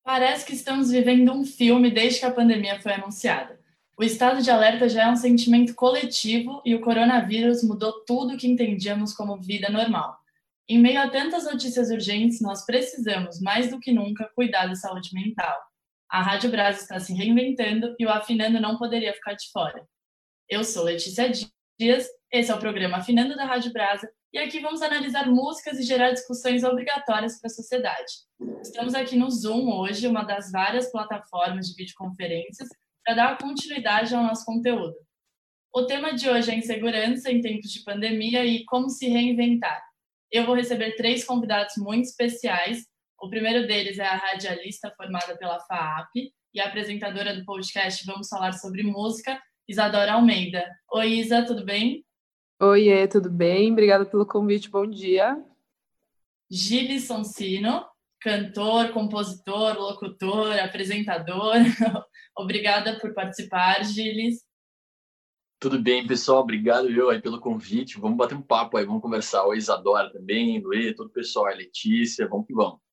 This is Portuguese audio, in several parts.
Parece que estamos vivendo um filme desde que a pandemia foi anunciada. O estado de alerta já é um sentimento coletivo e o coronavírus mudou tudo o que entendíamos como vida normal. Em meio a tantas notícias urgentes, nós precisamos, mais do que nunca, cuidar da saúde mental. A Rádio Brasa está se reinventando e o Afinando não poderia ficar de fora. Eu sou Letícia Dias, esse é o programa Afinando da Rádio Brasa e aqui vamos analisar músicas e gerar discussões obrigatórias para a sociedade. Estamos aqui no Zoom hoje, uma das várias plataformas de videoconferências, para dar continuidade ao nosso conteúdo. O tema de hoje é insegurança em tempos de pandemia e como se reinventar. Eu vou receber 3 convidados muito especiais. O primeiro deles é a radialista formada pela FAAP e a apresentadora do podcast Vamos Falar Sobre Música, Isadora Almeida. Oi, Isa, tudo bem? Oiê, tudo bem? Obrigada pelo convite, bom dia. Gilles Sonsino, cantor, compositor, locutor, apresentador. Obrigada por participar, Gilles. Tudo bem, pessoal? Obrigado aí pelo convite. Vamos bater um papo aí, vamos conversar. Oi, Isadora também, Luê, todo o pessoal, a Letícia, vamos que vamos.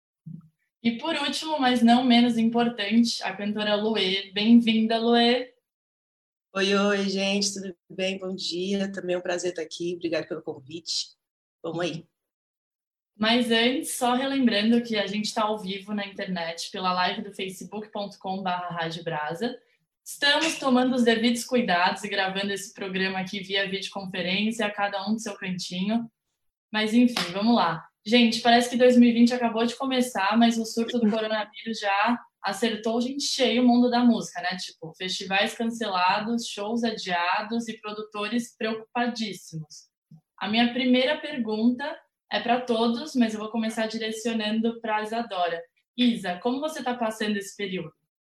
E por último, mas não menos importante, a cantora Luê. Bem-vinda, Luê. Oi, gente, tudo bem? Bom dia. Também é um prazer estar aqui. Obrigada pelo convite. Vamos aí. Mas antes, só relembrando que a gente está ao vivo na internet pela live do facebook.com/radiobrasa. Estamos tomando os devidos cuidados e gravando esse programa aqui via videoconferência, cada um do seu cantinho. Mas enfim, vamos lá. Gente, parece que 2020 acabou de começar, mas o surto do coronavírus já acertou gente cheio o mundo da música, né? Tipo, festivais cancelados, shows adiados e produtores preocupadíssimos. A minha primeira pergunta é para todos, mas eu vou começar direcionando para a Isadora. Isa, como você está passando esse período?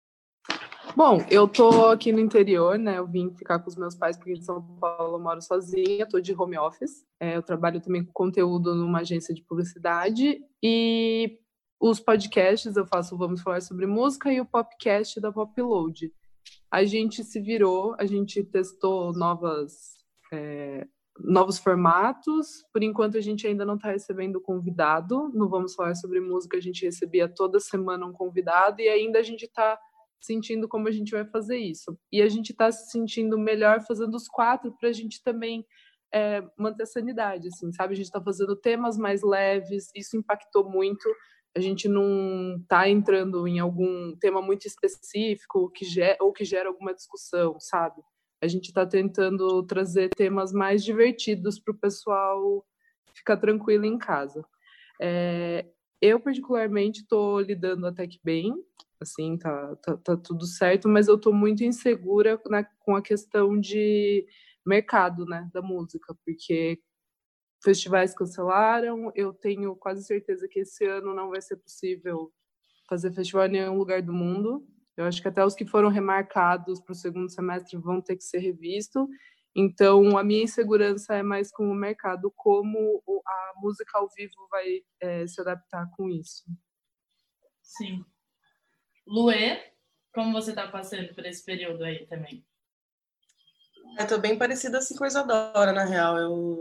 Bom, eu tô aqui no interior, né? Eu vim ficar com os meus pais porque em São Paulo eu moro sozinha, tô de home office. Eu trabalho também com conteúdo numa agência de publicidade e os podcasts eu faço Vamos Falar Sobre Música e o podcast da Popload. A gente se virou, a gente testou novos formatos. Por enquanto a gente ainda não está recebendo convidado. No Vamos Falar Sobre Música a gente recebia toda semana um convidado e ainda a gente está sentindo como a gente vai fazer isso. E a gente está se sentindo melhor fazendo os 4 para a gente também manter a sanidade, assim, sabe? A gente está fazendo temas mais leves, isso impactou muito. A gente não está entrando em algum tema muito específico que gera alguma discussão, sabe? A gente está tentando trazer temas mais divertidos para o pessoal ficar tranquilo em casa. Eu, particularmente, estou lidando até que bem, assim, tá tudo certo, mas eu estou muito insegura com a questão de mercado, né, da música, porque festivais cancelaram, eu tenho quase certeza que esse ano não vai ser possível fazer festival em nenhum lugar do mundo. Eu acho que até os que foram remarcados para o segundo semestre vão ter que ser revistos. Então, a minha insegurança é mais com o mercado, como a música ao vivo vai se adaptar com isso. Sim. Luê, como você está passando por esse período aí também? Eu tô bem parecida assim com a Isadora, na real.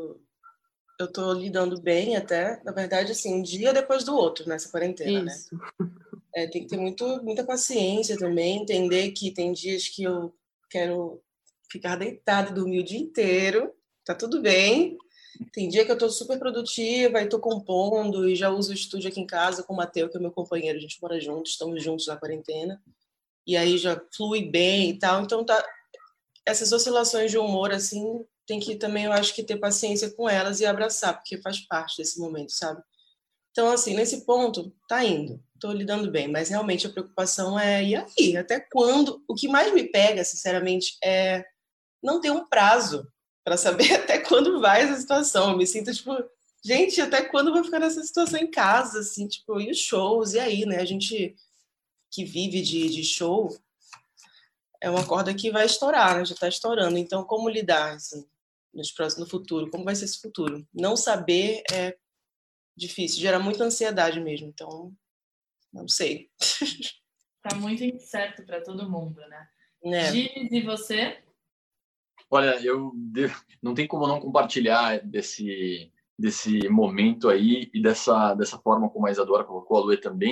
Eu tô lidando bem até, na verdade, assim, um dia depois do outro nessa quarentena, isso. né? Tem que ter muita paciência também, entender que tem dias que eu quero ficar deitada e dormir o dia inteiro, tá tudo bem. Tem dia que eu tô super produtiva e tô compondo e já uso o estúdio aqui em casa com o Mateu, que é meu companheiro, a gente mora juntos, estamos juntos na quarentena. E aí já flui bem e tal, então tá. Essas oscilações de humor, assim, tem que também, eu acho que ter paciência com elas e abraçar, porque faz parte desse momento, sabe? Então, assim, nesse ponto, tá indo. Tô lidando bem, mas realmente a preocupação é, e aí? Até quando? O que mais me pega, sinceramente, é não ter um prazo para saber até quando vai essa situação. Eu me sinto, tipo, gente, até quando eu vou ficar nessa situação em casa, assim, tipo, e os shows? E aí, né? A gente que vive de show é uma corda que vai estourar, né? Já está estourando. Então, como lidar assim, no futuro? Como vai ser esse futuro? Não saber é difícil, gera muita ansiedade mesmo. Então, não sei. Tá muito incerto para todo mundo, né? Gilles, e você? Olha, não tem como não compartilhar desse momento aí e dessa forma como a Isadora colocou, a Luê também.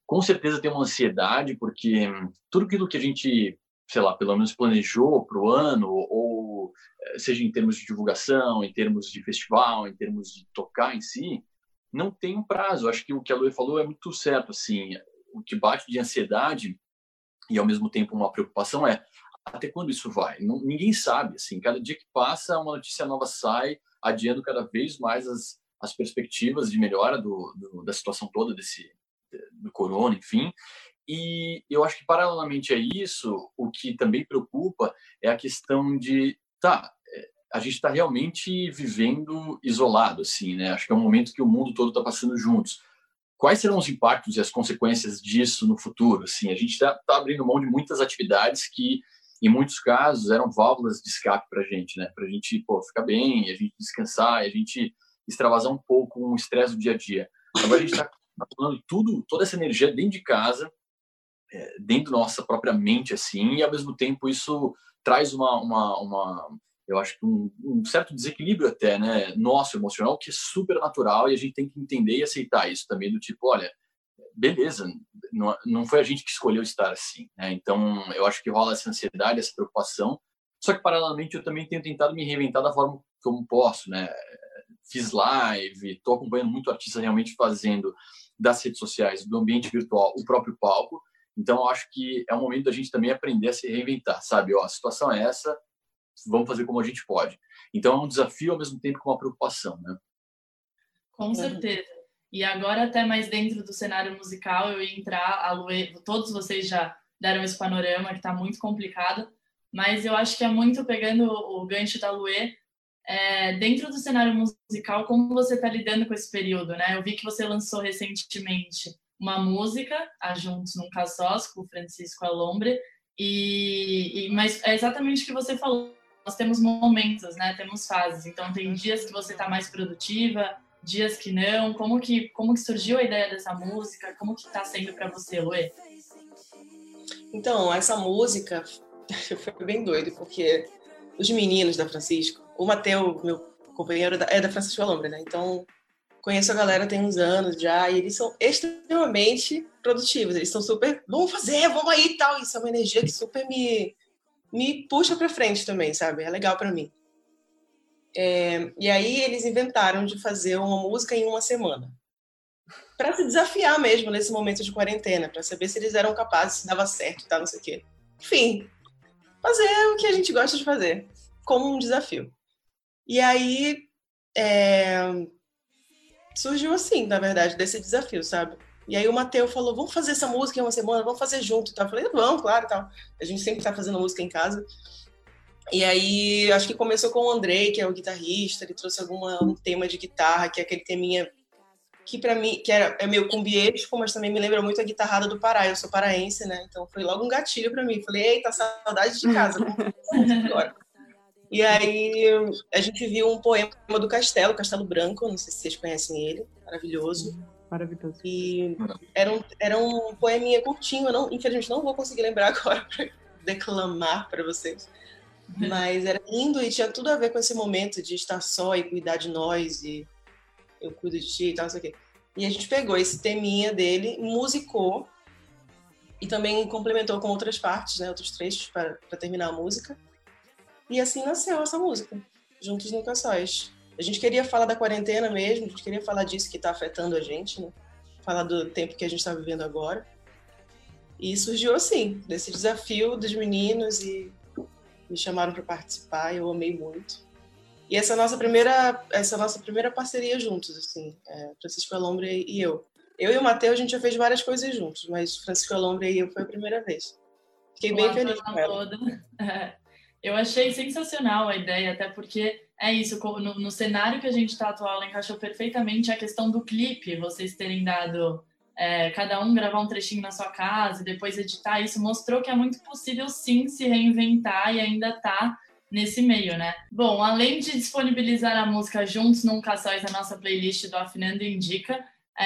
com certeza tem uma ansiedade, porque tudo aquilo que a gente, sei lá, pelo menos planejou para o ano, ou seja em termos de divulgação, em termos de festival, em termos de tocar em si, não tem um prazo. Acho que o que a Luê falou é muito certo. Assim, o que bate de ansiedade e, ao mesmo tempo, uma preocupação é até quando isso vai? Ninguém sabe. Assim, cada dia que passa, uma notícia nova sai, adiando cada vez mais as perspectivas de melhora da situação toda do corona, enfim. E eu acho que, paralelamente a isso, o que também preocupa é a questão de, a gente está realmente vivendo isolado, assim, né? Acho que é um momento que o mundo todo está passando juntos. Quais serão os impactos e as consequências disso no futuro? Assim, a gente está abrindo mão de muitas atividades que, em muitos casos, eram válvulas de escape para a gente, né? Para a gente ficar bem, a gente descansar, a gente extravasar um pouco o estresse do dia a dia. Agora a gente está falando toda essa energia dentro de casa, dentro da nossa própria mente, assim, e ao mesmo tempo isso traz eu acho que um certo desequilíbrio até, né, nosso emocional, que é super natural, e a gente tem que entender e aceitar isso também, do tipo, olha, beleza, não foi a gente que escolheu estar assim, né? Então eu acho que rola essa ansiedade, essa preocupação, só que paralelamente eu também tenho tentado me reinventar da forma como posso, né? Fiz live, estou acompanhando muito artista realmente fazendo das redes sociais, do ambiente virtual, o próprio palco. Então eu acho que é um momento da gente também aprender a se reinventar, sabe? A situação é essa, vamos fazer como a gente pode. Então é um desafio ao mesmo tempo que uma preocupação, né? Com certeza. E agora, até mais dentro do cenário musical, eu ia entrar, a Luê, todos vocês já deram esse panorama que está muito complicado, mas eu acho que é muito pegando o gancho da Luê, dentro do cenário musical, como você está lidando com esse período, né? Eu vi que você lançou recentemente uma música, a Juntos Nunca Sós, com o Francisco Alombre, mas é exatamente o que você falou, nós temos momentos, né? Temos fases, então tem dias que você está mais produtiva, dias que não. Como que surgiu a ideia dessa música? Como que está sendo para você, Luê? Então, essa música foi bem doido, porque os meninos da Francisco, o Mateu, meu companheiro, é da Francisco Alombre, né? Então, conheço a galera tem uns anos já, e eles são extremamente produtivos. Eles são super, vamos fazer, vamos aí e tal. Isso é uma energia que super me puxa pra frente também, sabe? É legal pra mim. E aí eles inventaram de fazer uma música em uma semana. Pra se desafiar mesmo nesse momento de quarentena, pra saber se eles eram capazes, se dava certo e tal, não sei o quê. Enfim, fazer o que a gente gosta de fazer, como um desafio. E aí surgiu assim, na verdade, desse desafio, sabe? E aí o Mateu falou, vamos fazer essa música em uma semana, vamos fazer junto e tal. Eu falei, vamos, claro, tal. A gente sempre tá fazendo música em casa. E aí, acho que começou com o Andrei, que é o guitarrista, ele trouxe um tema de guitarra, que é aquele teminha que pra mim, é meio cumbiesco, mas também me lembra muito a guitarrada do Pará. Eu sou paraense, né? Então foi logo um gatilho pra mim. Falei, eita, saudade de casa, vamos fazer essa música agora. E aí a gente viu um poema do Castelo Branco, não sei se vocês conhecem ele, maravilhoso. Maravilhoso. E era um poeminha curtinho, infelizmente não vou conseguir lembrar agora para declamar para vocês. Mas era lindo e tinha tudo a ver com esse momento de estar só e cuidar de nós, e eu cuido de ti e tal, não sei o quê. E a gente pegou esse teminha dele, musicou e também complementou com outras partes, né, outros trechos para terminar a música. E assim nasceu essa música, Juntos Nunca Sós. A gente queria falar da quarentena mesmo, a gente queria falar disso que está afetando a gente, né? Falar do tempo que a gente está vivendo agora. E surgiu assim, desse desafio dos meninos, e me chamaram para participar, eu amei muito. E essa é a nossa primeira parceria juntos, assim, Francisco Alombre e eu. Eu e o Mateu, a gente já fez várias coisas juntos, mas Francisco Alombre e eu foi a primeira vez. Fiquei bem feliz com ela. Eu achei sensacional a ideia, até porque é isso, no cenário que a gente está atual, ela encaixou perfeitamente a questão do clipe, vocês terem dado, cada um gravar um trechinho na sua casa e depois editar, isso mostrou que é muito possível sim se reinventar e ainda tá nesse meio, né? Bom, além de disponibilizar a música Juntos Nunca Sós na nossa playlist do Afinando Indica,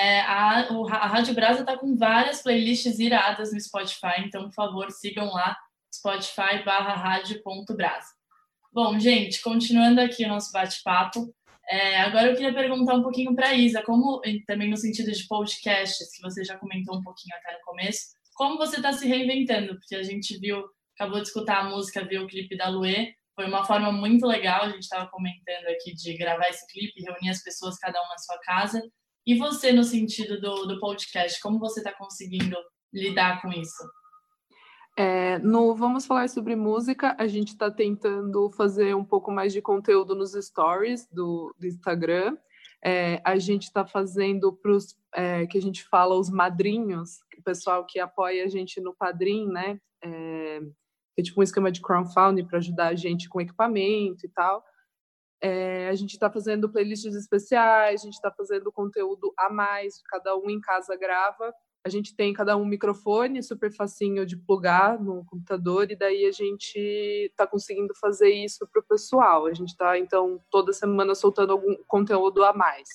a Rádio Brasa tá com várias playlists iradas no Spotify, então, por favor, sigam lá, spotify.radio.brasa. Bom, gente, continuando aqui o nosso bate-papo, Agora eu queria perguntar um pouquinho para a Isa, como também no sentido de podcasts, que você já comentou um pouquinho até no começo, como você está se reinventando? Porque a gente acabou de escutar a música, viu o clipe da Luê, foi uma forma muito legal, a gente estava comentando aqui de gravar esse clipe, reunir as pessoas, cada uma na sua casa. E você, no sentido do podcast, como você está conseguindo lidar com isso? No Vamos Falar Sobre Música, a gente está tentando fazer um pouco mais de conteúdo nos stories do Instagram. A gente está fazendo para os que a gente fala os madrinhos, o pessoal que apoia a gente no Padrim, né? É tipo um esquema de crowdfunding para ajudar a gente com equipamento e tal. A gente está fazendo playlists especiais, a gente está fazendo conteúdo a mais, cada um em casa grava. A gente tem cada um microfone super facinho de plugar no computador, e daí a gente está conseguindo fazer isso para o pessoal. A gente está, então, toda semana soltando algum conteúdo a mais.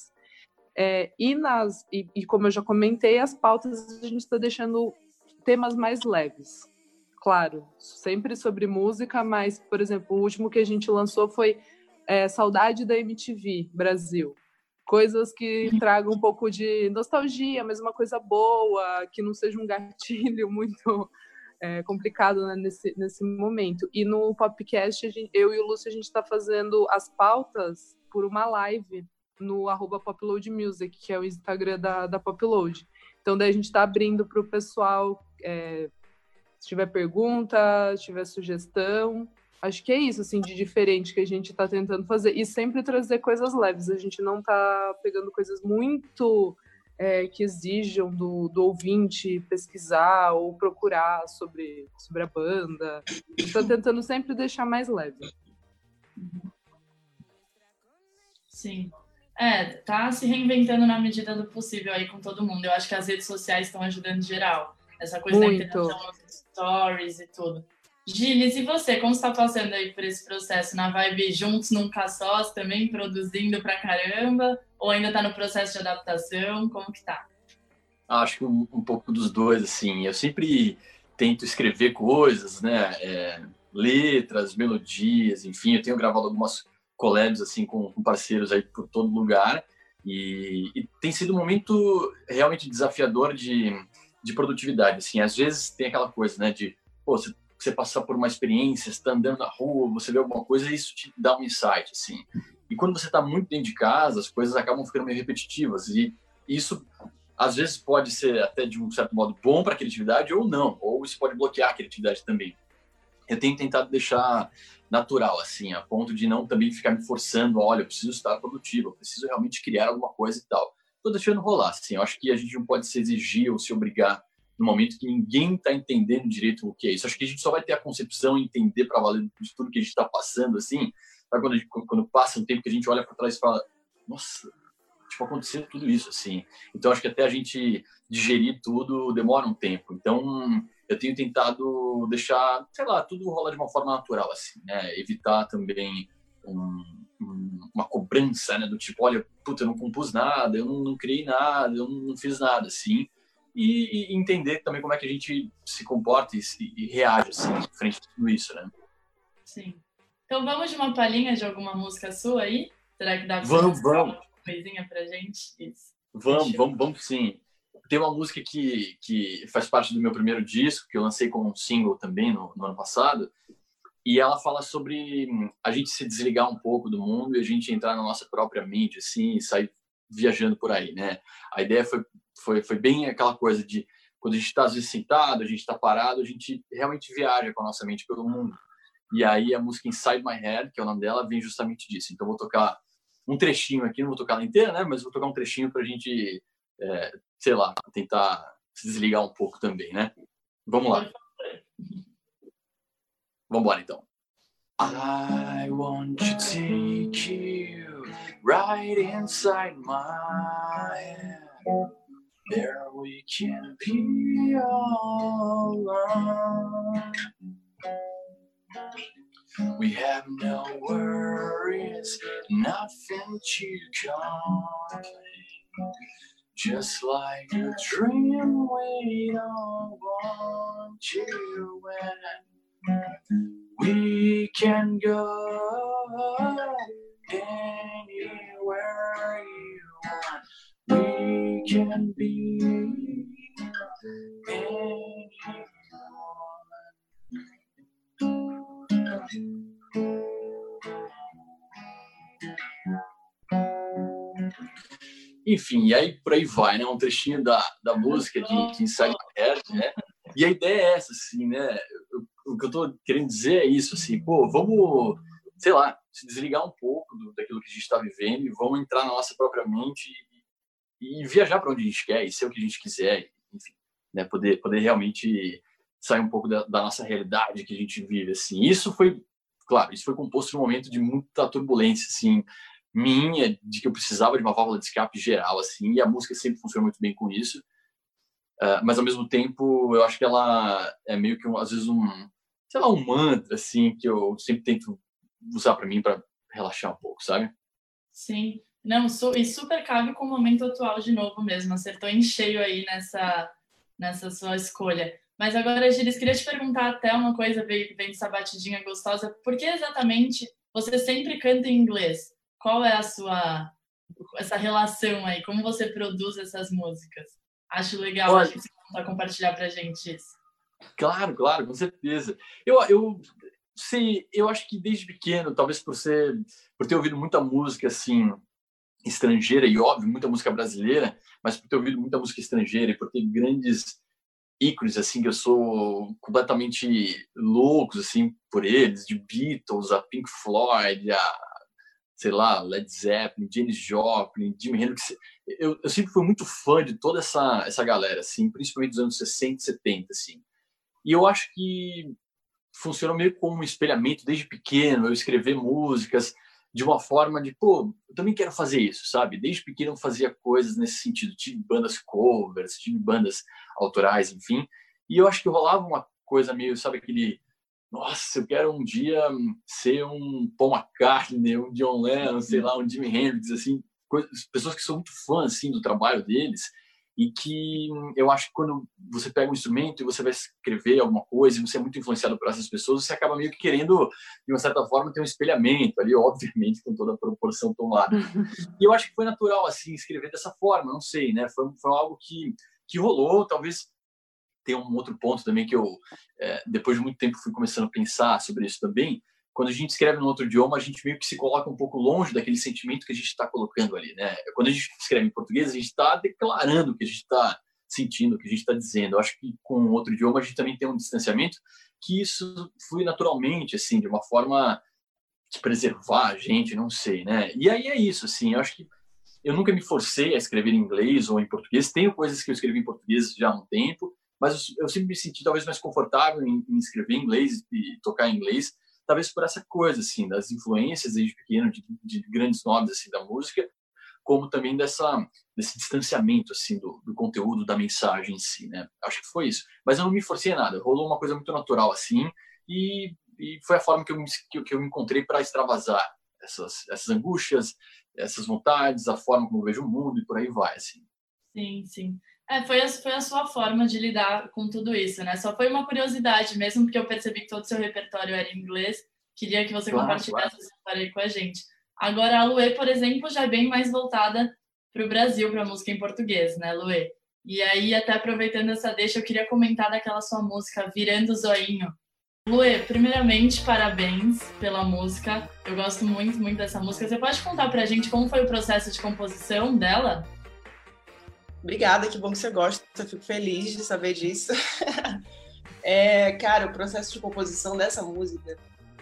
E como eu já comentei, as pautas a gente está deixando temas mais leves. Claro, sempre sobre música, mas, por exemplo, o último que a gente lançou foi Saudade da MTV Brasil. Coisas que tragam um pouco de nostalgia, mas uma coisa boa, que não seja um gatilho muito complicado, né, nesse momento. E no Popcast, eu e o Lúcio, a gente está fazendo as pautas por uma live no @poploadmusic, que é o Instagram da Popload. Então, daí a gente está abrindo para o pessoal, se tiver pergunta, se tiver sugestão. Acho que é isso, assim, de diferente que a gente está tentando fazer. E sempre trazer coisas leves. A gente não está pegando coisas muito que exijam do ouvinte pesquisar ou procurar sobre a banda. A gente está tentando sempre deixar mais leve. Sim. Tá se reinventando na medida do possível aí com todo mundo. Eu acho que as redes sociais estão ajudando em geral. Essa coisa da interação nos stories e tudo. Gilles, e você? Como você está passando aí por esse processo? Na vibe juntos, nunca sós, também produzindo pra caramba? Ou ainda está no processo de adaptação? Como que tá? Acho que um pouco dos dois, assim. Eu sempre tento escrever coisas, né? Letras, melodias, enfim. Eu tenho gravado algumas collabs, assim, com parceiros aí por todo lugar. E tem sido um momento realmente desafiador de produtividade, assim. Às vezes tem aquela coisa, né? De, você passar por uma experiência, você está andando na rua, você vê alguma coisa e isso te dá um insight, assim. E quando você está muito dentro de casa, as coisas acabam ficando meio repetitivas. E isso, às vezes, pode ser até de um certo modo bom para a criatividade ou não. Ou isso pode bloquear a criatividade também. Eu tenho tentado deixar natural, assim, a ponto de não também ficar me forçando. Olha, eu preciso estar produtivo, eu preciso realmente criar alguma coisa e tal. Estou deixando rolar, assim. Eu acho que a gente não pode se exigir ou se obrigar no momento que ninguém está entendendo direito o que é isso. Acho que a gente só vai ter a concepção e entender para valer de tudo que a gente está passando, assim, quando passa um tempo que a gente olha para trás e fala, nossa, tipo, aconteceu tudo isso, assim. Então, acho que até a gente digerir tudo demora um tempo. Então, eu tenho tentado deixar, sei lá, tudo rolar de uma forma natural, assim, né? Evitar também uma cobrança, né? Do tipo, olha, puta, eu não compus nada, eu não criei nada, eu não fiz nada, assim. E entender também como é que a gente se comporta e reage, assim, frente a tudo isso, né? Sim. Então vamos de uma palhinha de alguma música sua aí? Será que dá pra vamos uma coisinha pra gente? Isso. Vamos sim. Tem uma música que faz parte do meu primeiro disco, que eu lancei como um single também no ano passado, e ela fala sobre a gente se desligar um pouco do mundo e a gente entrar na nossa própria mente, assim, e sair viajando por aí, né? A ideia foi bem aquela coisa de quando a gente está às vezes sentado, a gente está parado, a gente realmente viaja com a nossa mente pelo mundo. E aí a música Inside My Head, que é o nome dela, vem justamente disso. Então vou tocar um trechinho aqui, não vou tocar ela inteira, né? Mas vou tocar um trechinho pra gente, sei lá, tentar se desligar um pouco também, né? Vamos lá. Vamos embora, então. I want to take you right inside my head. There we can be alone. We have no worries, nothing to complain. Just like a dream we don't want to end. We can go anywhere can be Enfim, e aí por aí vai, né? Um trechinho da música de Inside My Head, né? E a ideia é essa, assim, né? O que eu tô querendo dizer é isso, assim, pô, vamos, sei lá, se desligar um pouco daquilo que a gente está vivendo e vamos entrar na nossa própria mente e viajar para onde a gente quer e ser o que a gente quiser, enfim, né? Poder realmente sair um pouco da nossa realidade que a gente vive, assim. Isso foi, claro, isso foi composto num momento de muita turbulência, assim, minha, de que eu precisava de uma válvula de escape geral, assim, e a música sempre funciona muito bem com isso. Mas, ao mesmo tempo, eu acho que ela é meio que, às vezes, sei lá, um mantra, assim, que eu sempre tento usar para mim, para relaxar um pouco, sabe? Sim. Não, e super cabe com o momento atual de novo mesmo. Acertou em cheio aí nessa sua escolha. Mas agora, Gilles, queria te perguntar até uma coisa, vem dessa batidinha gostosa. Por que exatamente você sempre canta em inglês? Qual é essa relação aí? Como você produz essas músicas? Acho legal, acho que você vai compartilhar pra gente isso. Claro, com certeza. Eu sei, eu acho que desde pequeno, talvez por ter ouvido muita música assim estrangeira e óbvio muita música brasileira, mas por ter ouvido muita música estrangeira e por ter grandes ícones assim que eu sou completamente loucos assim por eles, de Beatles, a Pink Floyd, sei lá, Led Zeppelin, Janis Joplin, Jimi Hendrix. Eu sempre fui muito fã de toda essa galera, assim, principalmente dos anos 60 e 70, assim. E eu acho que funcionou meio como um espelhamento desde pequeno, eu escrever músicas de uma forma de, pô, eu também quero fazer isso, sabe? Desde pequeno eu fazia coisas nesse sentido. Tive bandas covers, tive bandas autorais, enfim. E eu acho que rolava uma coisa meio, sabe, aquele... Nossa, eu quero um dia ser um Paul McCartney, um John Lennon, sei lá, um Jimi Hendrix, assim, pessoas que são muito fãs, assim, do trabalho deles e que eu acho que quando você pega um instrumento e você vai escrever alguma coisa e você é muito influenciado por essas pessoas, você acaba meio que querendo, de uma certa forma, ter um espelhamento ali, obviamente, com toda a proporção tomada. E eu acho que foi natural, assim, escrever dessa forma, não sei, né? Foi algo que rolou, talvez... Tem um outro ponto também que eu, depois de muito tempo, fui começando a pensar sobre isso também. Quando a gente escreve num outro idioma, a gente meio que se coloca um pouco longe daquele sentimento que a gente está colocando ali, né? Quando a gente escreve em português, a gente está declarando o que a gente está sentindo, o que a gente está dizendo. Eu acho que com outro idioma, a gente também tem um distanciamento que isso flui naturalmente, assim, de uma forma de preservar a gente, não sei, né? E aí é isso, assim, eu acho que eu nunca me forcei a escrever em inglês ou em português. Tenho coisas que eu escrevi em português já há um tempo, mas eu sempre me senti talvez mais confortável em escrever em inglês e tocar em inglês, talvez por essa coisa, assim, das influências desde pequeno de grandes nomes, assim, da música, como também desse distanciamento, assim, do conteúdo, da mensagem em si, né? Acho que foi isso. Mas eu não me forcei a nada, rolou uma coisa muito natural, assim, e foi a forma que eu me encontrei para extravasar essas angústias, essas vontades, a forma como eu vejo o mundo e por aí vai, assim. Sim, sim. Foi a sua forma de lidar com tudo isso, né? Só foi uma curiosidade mesmo, porque eu percebi que todo o seu repertório era em inglês. Queria que você compartilhasse essa história aí com a gente. Agora, a Luê, por exemplo, já é bem mais voltada para o Brasil, para a música em português, né, Luê? E aí, até aproveitando essa deixa, eu queria comentar daquela sua música, Virando o Zoinho. Luê, primeiramente, parabéns pela música. Eu gosto muito, muito dessa música. Você pode contar pra gente como foi o processo de composição dela? Obrigada, que bom que você gosta. Eu fico feliz de saber disso. Cara, o processo de composição dessa música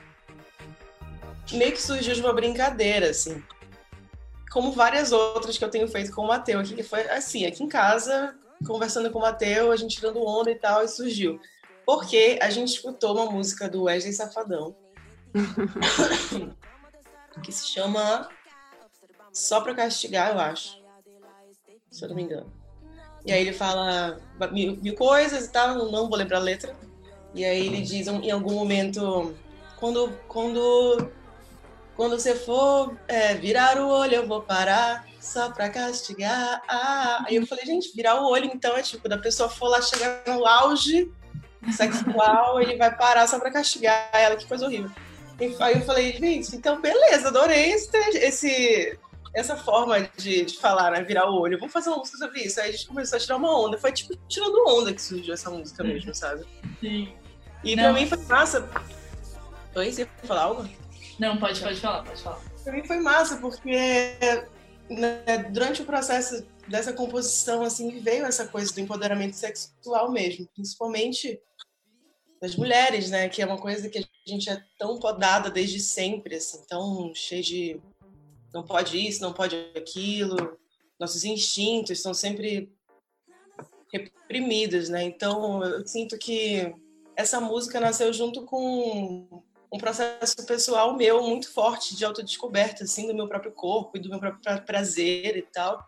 meio que surgiu de uma brincadeira, assim. Como várias outras que eu tenho feito com o Mateu aqui, que foi assim, aqui em casa, conversando com o Mateu, a gente tirando onda e tal, e surgiu. Porque a gente escutou uma música do Wesley Safadão que se chama Só Pra Castigar, eu acho. Se eu não me engano. E aí ele fala mil coisas e tal, não vou lembrar a letra. E aí ele diz em algum momento, quando você for virar o olho, eu vou parar só pra castigar. Aí eu falei, gente, virar o olho então é tipo, da pessoa for lá chegar no auge sexual, ele vai parar só pra castigar ela, que coisa horrível. Aí eu falei, gente, então beleza, adorei essa forma de falar, né? Virar o olho. Vamos fazer uma música sobre isso. Aí a gente começou a tirar uma onda. Foi tipo tirando onda que surgiu essa música mesmo, sabe? Sim. E pra mim foi massa. Oi, você ia falar algo? Não, pode falar. Pra mim foi massa, porque né, durante o processo dessa composição, assim, veio essa coisa do empoderamento sexual mesmo, principalmente das mulheres, né? Que é uma coisa que a gente é tão podada desde sempre, assim, tão cheio de não pode isso, não pode aquilo. Nossos instintos estão sempre reprimidos, né? Então, eu sinto que essa música nasceu junto com um processo pessoal meu muito forte de autodescoberta, assim, do meu próprio corpo e do meu próprio prazer e tal.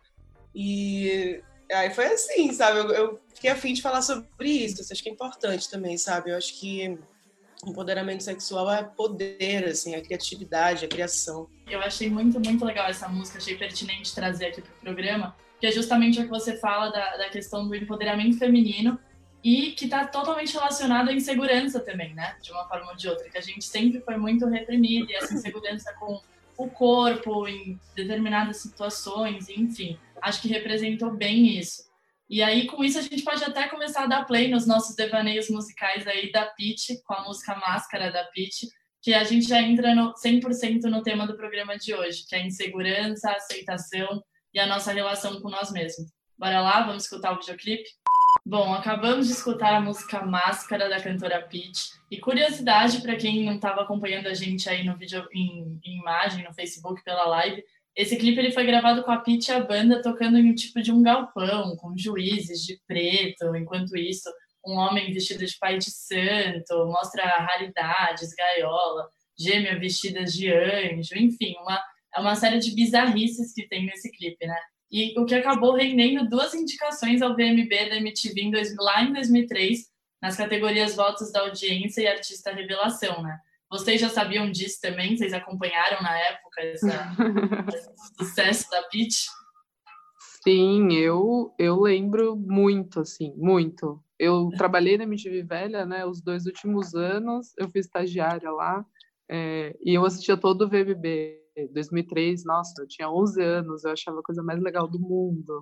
E aí foi assim, sabe? Eu fiquei a fim de falar sobre isso. Acho que é importante também, sabe? Eu acho que empoderamento sexual é poder, assim, a criatividade, a criação. Eu achei muito, muito legal essa música, achei pertinente trazer aqui pro programa, que é justamente o que você fala da questão do empoderamento feminino e que está totalmente relacionado à insegurança também, né? De uma forma ou de outra, que a gente sempre foi muito reprimida e essa insegurança com o corpo em determinadas situações, enfim, acho que representou bem isso. E aí, com isso, a gente pode até começar a dar play nos nossos devaneios musicais aí da Pitty, com a música Máscara da Pitty, que a gente já entra 100% no tema do programa de hoje, que é a insegurança, a aceitação e a nossa relação com nós mesmos. Bora lá, vamos escutar o videoclipe? Bom, acabamos de escutar a música Máscara da cantora Pitty. E curiosidade para quem não estava acompanhando a gente aí no vídeo, em imagem, no Facebook, pela live, esse clipe ele foi gravado com a Pitty e a banda tocando em um tipo de um galpão, com juízes de preto. Enquanto isso, um homem vestido de pai de santo mostra raridades, gaiola, gêmea vestidas de anjo, enfim, uma série de bizarrices que tem nesse clipe, né? E o que acabou rendendo 2 indicações ao VMB da MTV lá em 2003, nas categorias Votos da Audiência e Artista Revelação, né? Vocês já sabiam disso também? Vocês acompanharam na época esse sucesso da Pitty? Sim, eu lembro muito, assim, muito. Eu trabalhei na MTV Velha, né, os 2 últimos anos, eu fui estagiária lá, e eu assistia todo o VMB. 2003, nossa, eu tinha 11 anos, eu achava a coisa mais legal do mundo.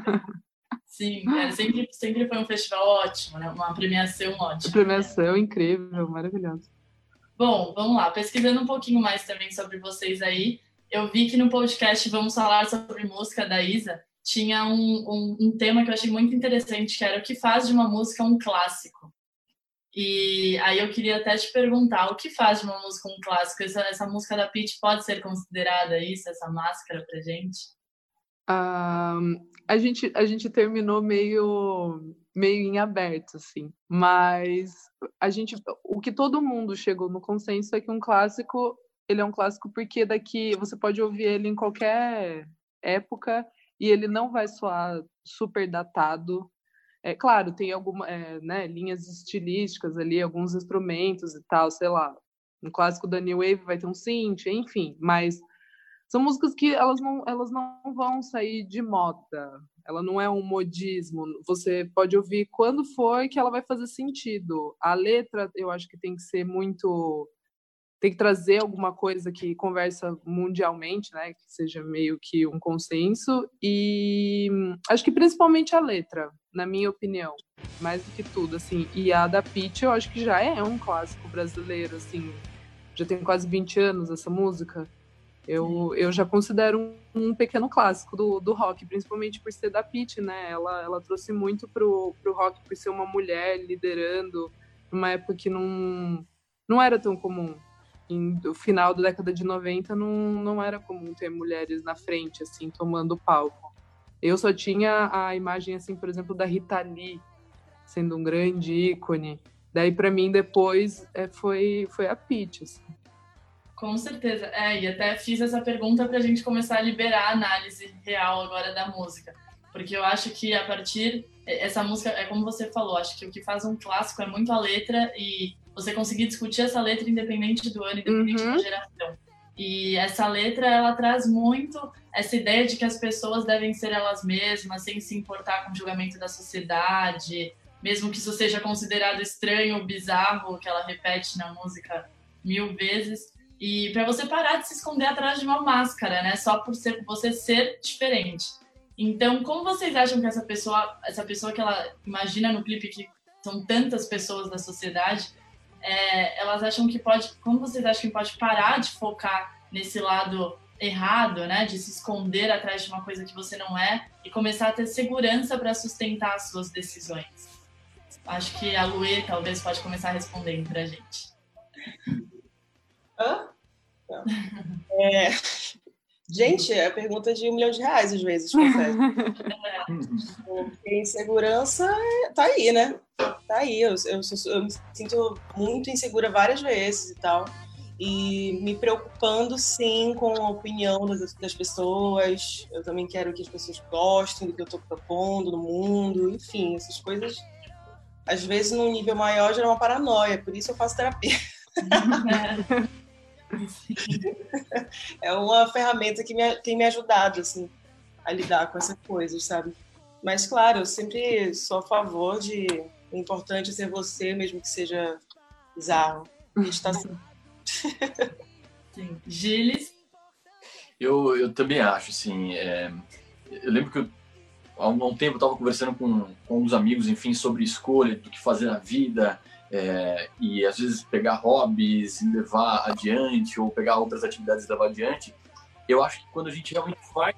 Sim, sempre foi um festival ótimo, né? Uma premiação ótima. Premiação incrível, maravilhosa. Bom, vamos lá. Pesquisando um pouquinho mais também sobre vocês aí, eu vi que no podcast Vamos Falar sobre Música da Isa tinha um tema que eu achei muito interessante, que era o que faz de uma música um clássico. E aí eu queria até te perguntar, o que faz de uma música um clássico? Essa música da Pitty pode ser considerada isso, essa máscara pra gente? A gente terminou meio em aberto, assim, mas o que todo mundo chegou no consenso é que um clássico, ele é um clássico porque daqui você pode ouvir ele em qualquer época e ele não vai soar super datado. É claro, tem algumas né, linhas estilísticas ali, alguns instrumentos e tal, sei lá. Um clássico da New Wave vai ter um synth, enfim, mas são músicas que elas não vão sair de moda. Ela não é um modismo. Você pode ouvir quando for que ela vai fazer sentido. A letra, eu acho que tem que ser muito... Tem que trazer alguma coisa que conversa mundialmente, né? Que seja meio que um consenso. E acho que principalmente a letra, na minha opinião. Mais do que tudo, assim. E a da Pitty, eu acho que já é um clássico brasileiro, assim. Já tem quase 20 anos essa música. Eu já considero um pequeno clássico do rock, principalmente por ser da Pitty, né? Ela trouxe muito pro rock por ser uma mulher liderando numa época que não era tão comum. No final da década de 90 não era comum ter mulheres na frente, assim, tomando palco. Eu só tinha a imagem, assim, por exemplo, da Rita Lee sendo um grande ícone. Daí, para mim, depois foi a Pitty, assim. Com certeza. E até fiz essa pergunta para a gente começar a liberar a análise real agora da música. Porque eu acho que a partir... Essa música, é como você falou, acho que o que faz um clássico é muito a letra e você conseguir discutir essa letra independente do ano, independente da geração. E essa letra, ela traz muito essa ideia de que as pessoas devem ser elas mesmas, sem se importar com o julgamento da sociedade, mesmo que isso seja considerado estranho ou bizarro, que ela repete na música 1000 vezes. E para você parar de se esconder atrás de uma máscara, né? Só por você ser diferente. Então, como vocês acham que essa pessoa que ela imagina no clipe, que são tantas pessoas da sociedade, elas acham que pode... Como vocês acham que pode parar de focar nesse lado errado, né? De se esconder atrás de uma coisa que você não é e começar a ter segurança para sustentar as suas decisões? Acho que a Luê talvez pode começar respondendo pra gente. Hã? Não. Gente, é pergunta de R$1 milhão às vezes, confesso. Porque insegurança tá aí, né? Tá aí. Eu me sinto muito insegura várias vezes e tal. E me preocupando, sim, com a opinião das pessoas. Eu também quero que as pessoas gostem do que eu tô propondo no mundo. Enfim, essas coisas, às vezes, num nível maior, geram uma paranoia. Por isso eu faço terapia. É uma ferramenta que tem me ajudado, assim, a lidar com essas coisas, sabe? Mas, claro, eu sempre sou a favor de... O importante é ser você, mesmo que seja bizarro. A gente tá assim. Sim. Gilles? Eu também acho, assim... Eu lembro que há um tempo eu estava conversando com uns amigos, enfim, sobre escolha do que fazer na vida... e às vezes pegar hobbies e levar adiante, ou pegar outras atividades e levar adiante. Eu acho que quando a gente realmente faz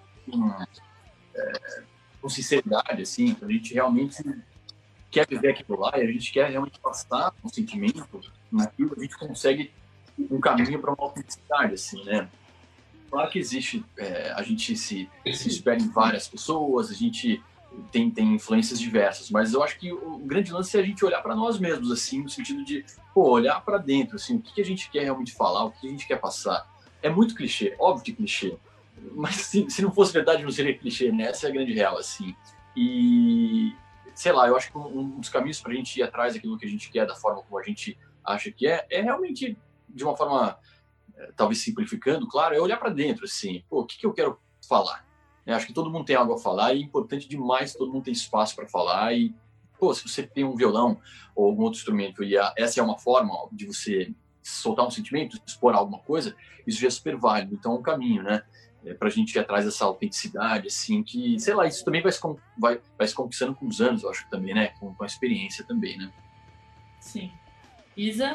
com sinceridade, assim, quando a gente realmente quer viver aquilo lá e a gente quer realmente passar um sentimento naquilo, a gente consegue um caminho para uma autenticidade, assim, né? Claro que existe, a gente se espera em várias pessoas, a gente tem influências diversas, mas eu acho que o grande lance é a gente olhar para nós mesmos, assim, no sentido de, olhar para dentro, assim, o que a gente quer realmente falar, o que a gente quer passar. É muito clichê, óbvio que clichê, mas se não fosse verdade não seria clichê, né? Essa é a grande real, assim. E, sei lá, eu acho que um dos caminhos para a gente ir atrás daquilo que a gente quer, da forma como a gente acha que é realmente, de uma forma, talvez simplificando, claro, é olhar para dentro, assim, o que eu quero falar? Acho que todo mundo tem algo a falar e é importante demais todo mundo ter espaço para falar. E, se você tem um violão ou algum outro instrumento e essa é uma forma de você soltar um sentimento, expor alguma coisa, isso já é super válido. Então é um caminho, né? Para a gente ir atrás dessa autenticidade, assim, que, sei lá, isso também vai se conquistando com os anos, eu acho que também, né? Com a experiência também, né? Sim. Isa?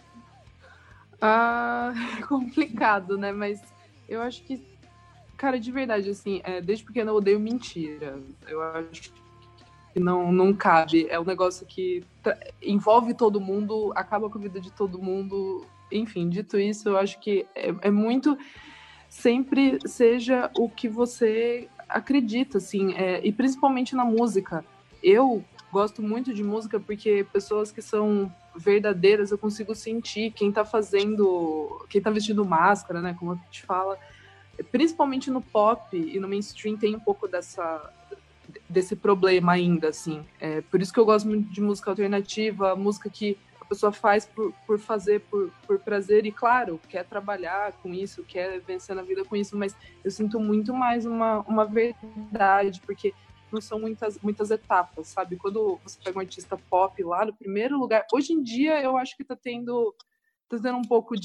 Complicado, né? Mas eu acho que, cara, de verdade, assim, desde pequeno eu odeio mentira. Eu acho que não cabe. É um negócio que envolve todo mundo, acaba com a vida de todo mundo. Enfim, dito isso, eu acho que é muito... Sempre seja o que você acredita, assim, e principalmente na música. Eu gosto muito de música porque pessoas que são verdadeiras, eu consigo sentir quem tá vestindo máscara, né, como a gente fala. Principalmente no pop e no mainstream tem um pouco desse problema ainda, assim. Por isso que eu gosto muito de música alternativa, música que a pessoa faz por fazer, por prazer, e claro, quer trabalhar com isso, quer vencer na vida com isso, mas eu sinto muito mais uma verdade, porque não são muitas etapas, sabe? Quando você pega um artista pop lá no primeiro lugar, hoje em dia eu acho que tá tendo um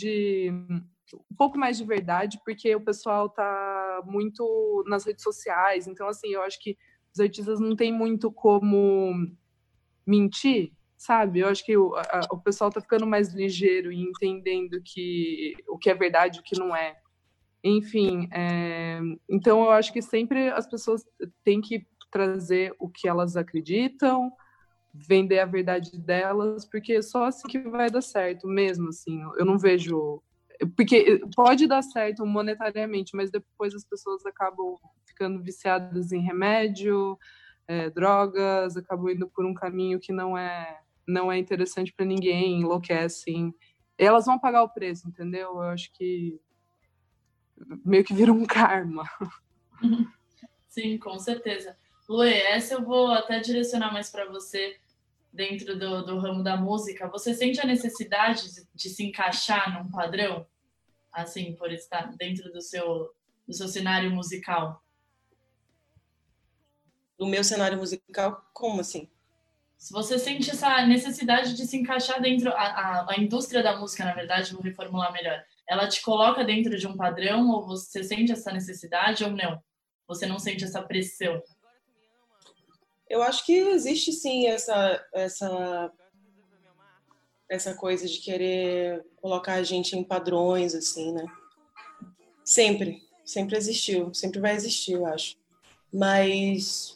pouco mais de verdade, porque o pessoal tá muito nas redes sociais, então assim, eu acho que os artistas não tem muito como mentir, sabe? Eu acho que o pessoal tá ficando mais ligeiro e entendendo o que é verdade e o que não é. Enfim, então eu acho que sempre as pessoas têm que trazer o que elas acreditam, vender a verdade delas, porque só assim que vai dar certo mesmo, assim. Eu não vejo... Porque pode dar certo monetariamente, mas depois as pessoas acabam ficando viciadas em remédio, drogas, acabam indo por um caminho que não é interessante para ninguém, enlouquecem. Elas vão pagar o preço, entendeu? Eu acho que meio que vira um karma. Sim, com certeza. Luê, essa eu vou até direcionar mais para você dentro do ramo da música. Você sente a necessidade de se encaixar num padrão? Assim, por estar dentro do seu cenário musical? Do meu cenário musical, como assim? Se você sente essa necessidade de se encaixar dentro... A indústria da música, na verdade, vou reformular melhor. ela te coloca dentro de um padrão, ou você sente essa necessidade ou não? Você não sente essa pressão? Eu acho que existe sim essa coisa de querer colocar a gente em padrões, assim, né? Sempre existiu, sempre vai existir, eu acho. Mas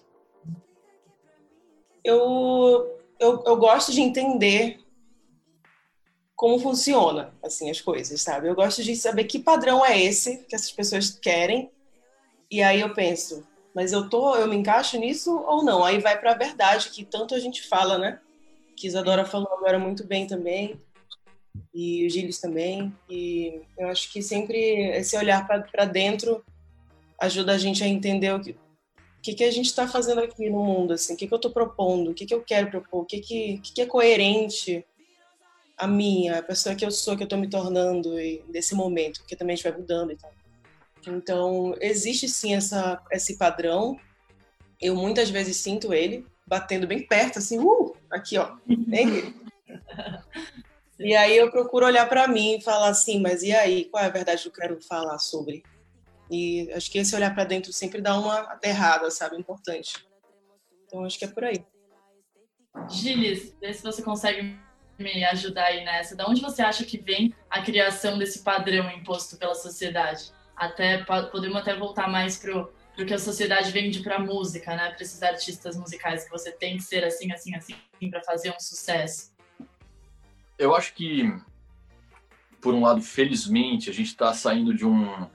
eu gosto de entender como funciona, assim, as coisas, sabe? Eu gosto de saber que padrão é esse que essas pessoas querem, e aí eu penso, mas eu me encaixo nisso ou não? Aí vai para a verdade, que tanto a gente fala, né? Que Isadora falou agora muito bem também, e o Gilles também, e eu acho que sempre esse olhar para dentro ajuda a gente a entender o que a gente está fazendo aqui no mundo, assim, o que eu estou propondo, o que eu quero propor, o que é coerente a minha, a pessoa que eu sou, que eu estou me tornando nesse momento, porque também a gente vai mudando e tal. Então, existe sim esse padrão, eu muitas vezes sinto ele batendo bem perto, assim, aqui, ó, vem. E aí eu procuro olhar para mim e falar assim, mas e aí, qual é a verdade que eu quero falar sobre? E acho que esse olhar para dentro sempre dá uma aterrada, sabe? Importante. Então, acho que é por aí. Gilles, vê se você consegue me ajudar aí nessa. Da onde você acha que vem a criação desse padrão imposto pela sociedade? Podemos até voltar mais pro que a sociedade vende para a música, né? Para esses artistas musicais, que você tem que ser assim, assim, assim, para fazer um sucesso. Eu acho que, por um lado, felizmente, a gente está saindo de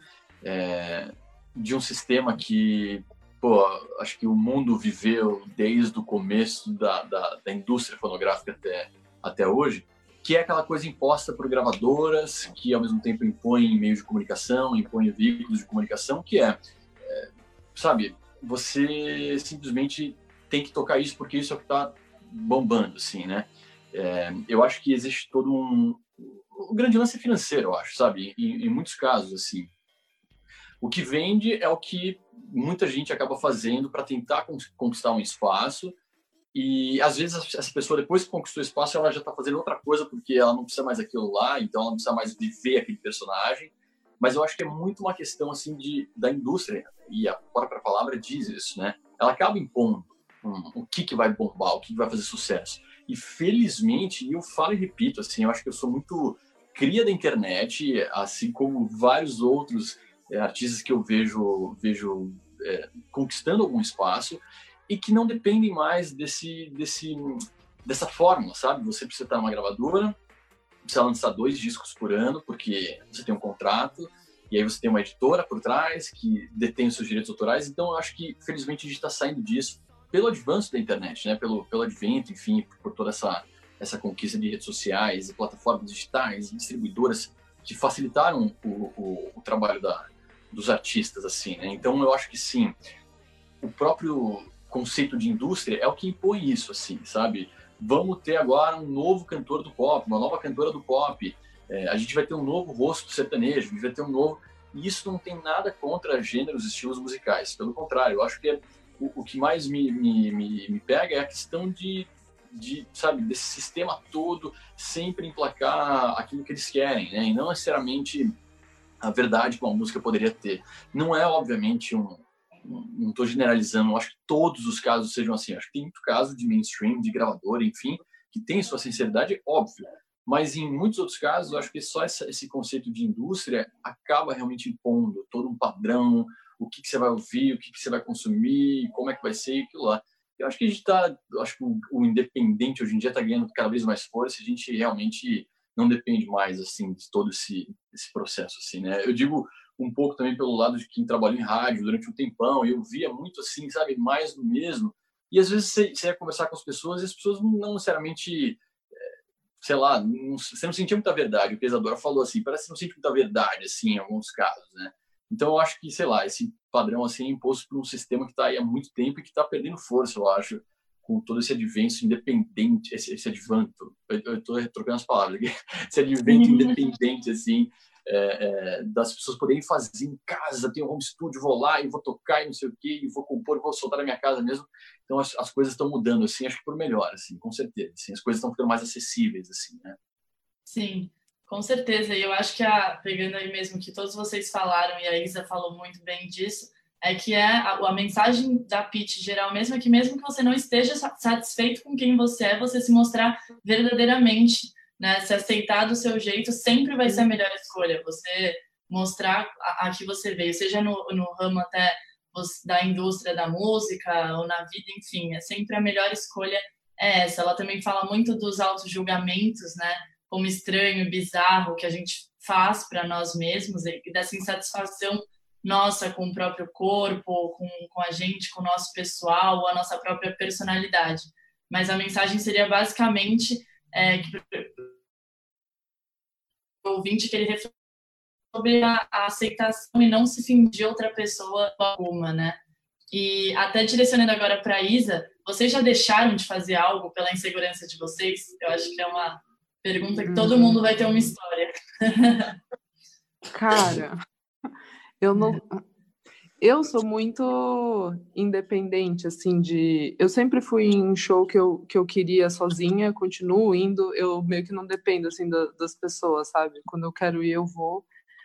um sistema que, acho que o mundo viveu desde o começo da indústria fonográfica até hoje, que é aquela coisa imposta por gravadoras, que ao mesmo tempo impõem meios de comunicação, impõem veículos de comunicação, que sabe, você simplesmente tem que tocar isso porque isso é o que está bombando, assim, né? Eu acho que existe todo o grande lance financeiro, eu acho, sabe? Em muitos casos, assim. O que vende é o que muita gente acaba fazendo para tentar conquistar um espaço, e às vezes essa pessoa, depois que conquistou o espaço, ela já está fazendo outra coisa porque ela não precisa mais daquilo lá, então ela não precisa mais viver aquele personagem. Mas eu acho que é muito uma questão assim da indústria, e a própria palavra diz isso, né? Ela acaba impondo o que vai bombar, o que vai fazer sucesso. E felizmente, e eu falo e repito, assim, eu acho que eu sou muito cria da internet, assim como vários outros artistas que eu vejo conquistando algum espaço, e que não dependem mais dessa fórmula, sabe? Você precisa estar numa gravadora, precisa lançar 2 discos por ano, porque você tem um contrato, e aí você tem uma editora por trás que detém os seus direitos autorais. Então, eu acho que, felizmente, a gente está saindo disso pelo avanço da internet, né? Pelo advento, enfim, por toda essa conquista de redes sociais e plataformas digitais e distribuidoras que facilitaram o trabalho dos artistas, assim, né? Então, eu acho que, sim, o próprio conceito de indústria é o que impõe isso, assim, sabe? Vamos ter agora um novo cantor do pop, uma nova cantora do pop, a gente vai ter um novo rosto sertanejo, a gente vai ter um novo... E isso não tem nada contra gêneros e estilos musicais, pelo contrário, eu acho que o que mais me pega é a questão sabe, desse sistema todo sempre emplacar aquilo que eles querem, né? E não necessariamente a verdade que uma música poderia ter. Não é, obviamente, não estou generalizando, eu acho que todos os casos sejam assim. Acho que tem muito caso de mainstream, de gravadora, enfim, que tem sua sinceridade, óbvio. Mas em muitos outros casos, eu acho que só esse conceito de indústria acaba realmente impondo todo um padrão, o que você vai ouvir, o que você vai consumir, como é que vai ser aquilo lá. Eu acho que a gente acho que o independente hoje em dia está ganhando cada vez mais força, a gente realmente não depende mais, assim, de todo esse processo, assim, né? Eu digo um pouco também pelo lado de quem trabalhou em rádio durante um tempão, e eu via muito assim, sabe, mais do mesmo. E às vezes você ia conversar com as pessoas e as pessoas não necessariamente, sei lá, você não sentia muita verdade. O que a Isadora falou, assim, parece que não sente muita verdade, assim, em alguns casos, né? Então eu acho que, sei lá, esse padrão, assim, é imposto por um sistema que está aí há muito tempo e que está perdendo força, eu acho, com todo esse advento independente, esse advanto, eu estou trocando as palavras aqui, esse advento independente, assim, das pessoas poderem fazer em casa, tem um home studio, vou lá e vou tocar e não sei o quê, e vou compor, vou soltar na minha casa mesmo. Então as coisas estão mudando, assim, acho que por melhor, assim, com certeza. Assim, as coisas estão ficando mais acessíveis, assim, né? Sim, Com certeza, e eu acho que pegando aí mesmo que todos vocês falaram, e a Isa falou muito bem disso, é que a mensagem da Pitty geral mesmo é que mesmo que você não esteja satisfeito com quem você é, você se mostrar verdadeiramente, né? Se aceitar do seu jeito sempre vai ser a melhor escolha. Você mostrar a que você veio, seja no ramo até da indústria da música ou na vida, enfim, é sempre a melhor escolha é essa. Ela também fala muito dos auto-julgamentos, né? Como estranho, bizarro, que a gente faz para nós mesmos e dessa insatisfação nossa com o próprio corpo, com a gente, com o nosso pessoal, a nossa própria personalidade. Mas a mensagem seria basicamente que o ouvinte que ele reflete sobre a aceitação e não se fingir outra pessoa alguma, né? E até direcionando agora para a Isa, vocês já deixaram de fazer algo pela insegurança de vocês? Eu acho que é uma pergunta que todo mundo vai ter uma história. Cara, eu sou muito independente, assim, eu sempre fui em show que eu queria sozinha, continuo indo, eu meio que não dependo, assim, das pessoas, sabe? Quando eu quero ir, eu vou.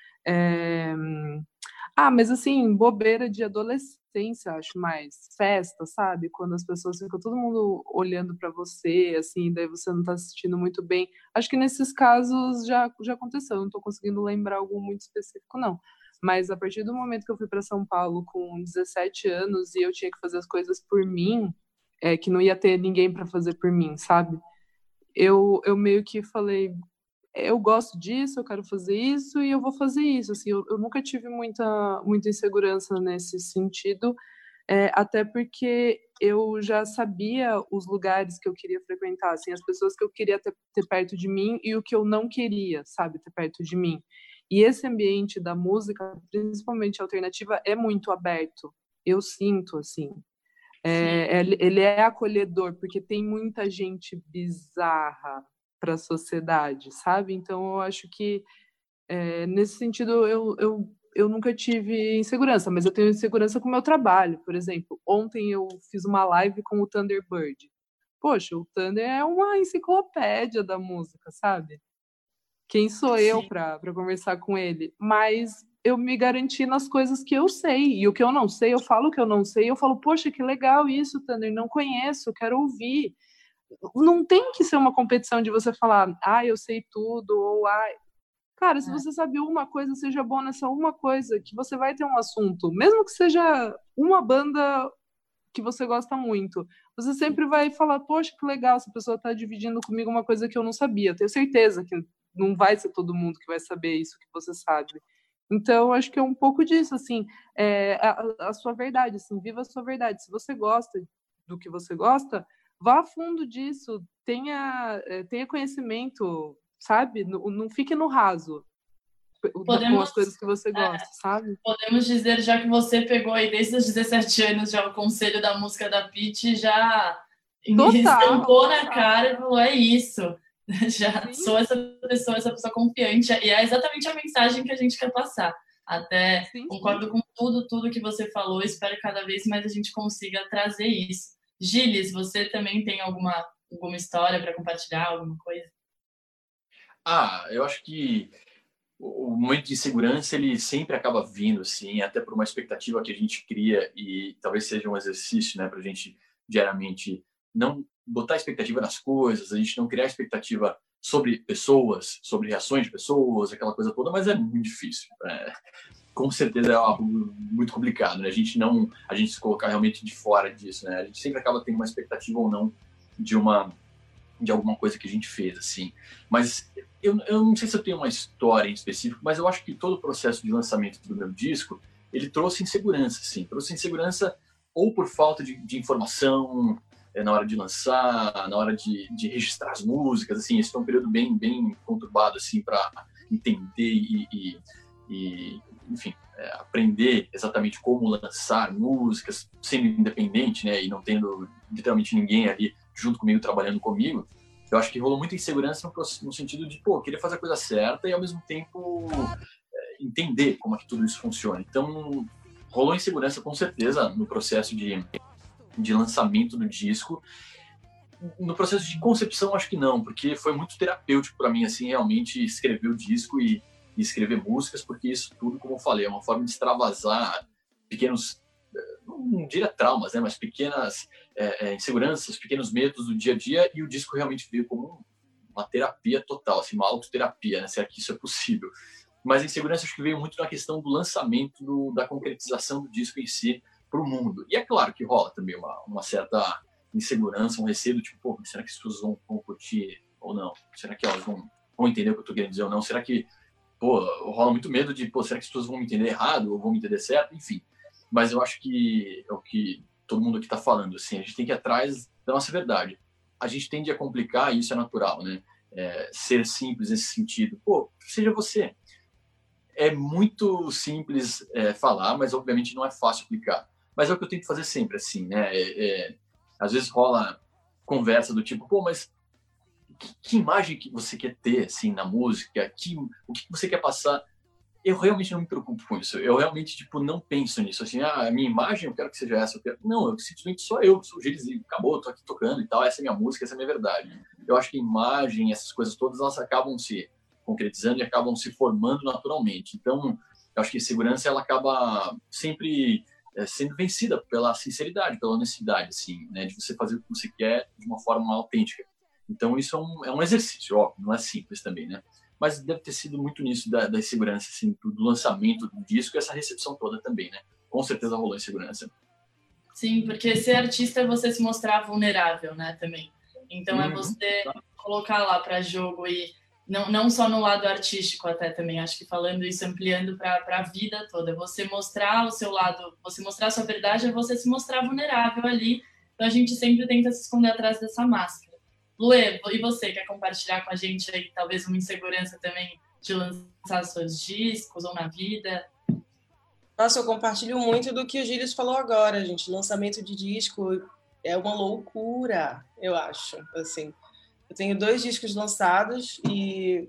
Mas assim, bobeira de adolescência, acho mais. Festa, sabe? Quando as pessoas ficam todo mundo olhando para você, assim, daí você não tá assistindo muito bem. Acho que nesses casos já aconteceu, não tô conseguindo lembrar algum muito específico, não. Mas a partir do momento que eu fui para São Paulo com 17 anos e eu tinha que fazer as coisas por mim, que não ia ter ninguém para fazer por mim, sabe? Eu meio que falei, eu gosto disso, eu quero fazer isso e eu vou fazer isso. Assim, eu nunca tive muita insegurança nesse sentido, até porque eu já sabia os lugares que eu queria frequentar, assim, as pessoas que eu queria ter perto de mim e o que eu não queria, sabe, ter perto de mim. E esse ambiente da música, principalmente alternativa, é muito aberto. Eu sinto, assim. Ele é acolhedor, porque tem muita gente bizarra para a sociedade, sabe? Então, eu acho que, nesse sentido, eu nunca tive insegurança, mas eu tenho insegurança com o meu trabalho. Por exemplo, ontem eu fiz uma live com o Thunderbird. Poxa, o Thunder é uma enciclopédia da música, sabe? Quem sou eu para conversar com ele? Mas eu me garanti nas coisas que eu sei. E o que eu não sei, eu falo que eu não sei. Eu falo, poxa, que legal isso, Thunder. Não conheço, quero ouvir. Não tem que ser uma competição de você falar, eu sei tudo, ou Cara, se você sabe uma coisa, seja bom nessa uma coisa, que você vai ter um assunto. Mesmo que seja uma banda que você gosta muito. Você sempre vai falar, poxa, que legal, essa pessoa está dividindo comigo uma coisa que eu não sabia. Eu tenho certeza que não vai ser todo mundo que vai saber isso que você sabe. Então, acho que é um pouco disso, assim, a sua verdade, assim, viva a sua verdade. Se você gosta do que você gosta, vá a fundo disso, tenha conhecimento, sabe? Não fique no raso com as coisas que você gosta, sabe? Podemos dizer, já que você pegou aí desde os 17 anos já o conselho da música da Pitty, já estampou na cara e falou, é isso. Já sou essa pessoa confiante. E é exatamente a mensagem que a gente quer passar. Até concordo com tudo que você falou. Espero que cada vez mais a gente consiga trazer isso. Gilles, você também tem alguma história para compartilhar, alguma coisa? Eu acho que o momento de insegurança, ele sempre acaba vindo, assim, até por uma expectativa que a gente cria e talvez seja um exercício, né, para a gente diariamente não botar expectativa nas coisas, a gente não criar expectativa sobre pessoas, sobre reações de pessoas, aquela coisa toda, mas é muito difícil. Com certeza é algo muito complicado, né? A gente se colocar realmente de fora disso, né? A gente sempre acaba tendo uma expectativa ou não de alguma coisa que a gente fez, assim. Mas eu não sei se eu tenho uma história em específico, mas eu acho que todo o processo de lançamento do meu disco, ele trouxe insegurança, sim. Trouxe insegurança ou por falta de informação na hora de lançar, na hora de registrar as músicas, assim. Esse foi um período bem conturbado, assim, para entender e enfim, aprender exatamente como lançar músicas, sendo independente, né, e não tendo literalmente ninguém ali junto comigo, trabalhando comigo. Eu acho que rolou muita insegurança no sentido de, querer fazer a coisa certa e ao mesmo tempo entender como é que tudo isso funciona. Então, rolou insegurança com certeza no processo de lançamento do disco. No processo de concepção, acho que não, porque foi muito terapêutico para mim, assim, realmente escrever o disco e escrever músicas, porque isso tudo, como eu falei, é uma forma de extravasar pequenos, não diria traumas, né, mas pequenas inseguranças, pequenos medos do dia a dia, e o disco realmente veio como uma terapia total, assim, uma autoterapia, né, se é que isso é possível. Mas a insegurança acho que veio muito na questão do lançamento, da concretização do disco em si para o mundo. E é claro que rola também uma certa insegurança, um receio do tipo, pô, será que as pessoas vão curtir ou não? Será que elas vão entender o que eu estou querendo dizer ou não? Será que, pô, rola muito medo de, pô, será que as pessoas vão me entender errado ou vão me entender certo? Enfim. Mas eu acho que é o que todo mundo aqui está falando, assim, a gente tem que ir atrás da nossa verdade. A gente tende a complicar e isso é natural, né? Ser simples nesse sentido. Pô, seja você. É muito simples falar, mas obviamente não é fácil aplicar. Mas é o que eu tento fazer sempre, assim, né? Às vezes rola conversa do tipo, pô, mas que imagem que você quer ter, assim, na música? O que você quer passar? Eu realmente não me preocupo com isso. Eu realmente, tipo, não penso nisso. Assim, a minha imagem, eu quero que seja essa. Não, eu simplesmente sou o Gilles, acabou, tô aqui tocando e tal, essa é minha música, essa é a minha verdade. Eu acho que a imagem, essas coisas todas, elas acabam se concretizando e acabam se formando naturalmente. Então, eu acho que a segurança, ela acaba sempre sendo vencida pela sinceridade, pela honestidade, assim, né? De você fazer o que você quer de uma forma autêntica. Então, isso é um exercício, óbvio, não é simples também, né? Mas deve ter sido muito nisso da insegurança, assim, do lançamento do disco e essa recepção toda também, né? Com certeza rolou insegurança. Sim, porque ser artista é você se mostrar vulnerável, né, também. Então é você colocar lá para jogo e não só no lado artístico até também, acho que falando isso, ampliando para a vida toda. Você mostrar o seu lado, você mostrar a sua verdade é você se mostrar vulnerável ali. Então a gente sempre tenta se esconder atrás dessa máscara. Luê, e você quer compartilhar com a gente aí talvez uma insegurança também de lançar seus discos ou na vida? Nossa, eu compartilho muito do que o Gilles falou agora, gente. Lançamento de disco é uma loucura, eu acho. Assim, eu tenho 2 discos lançados e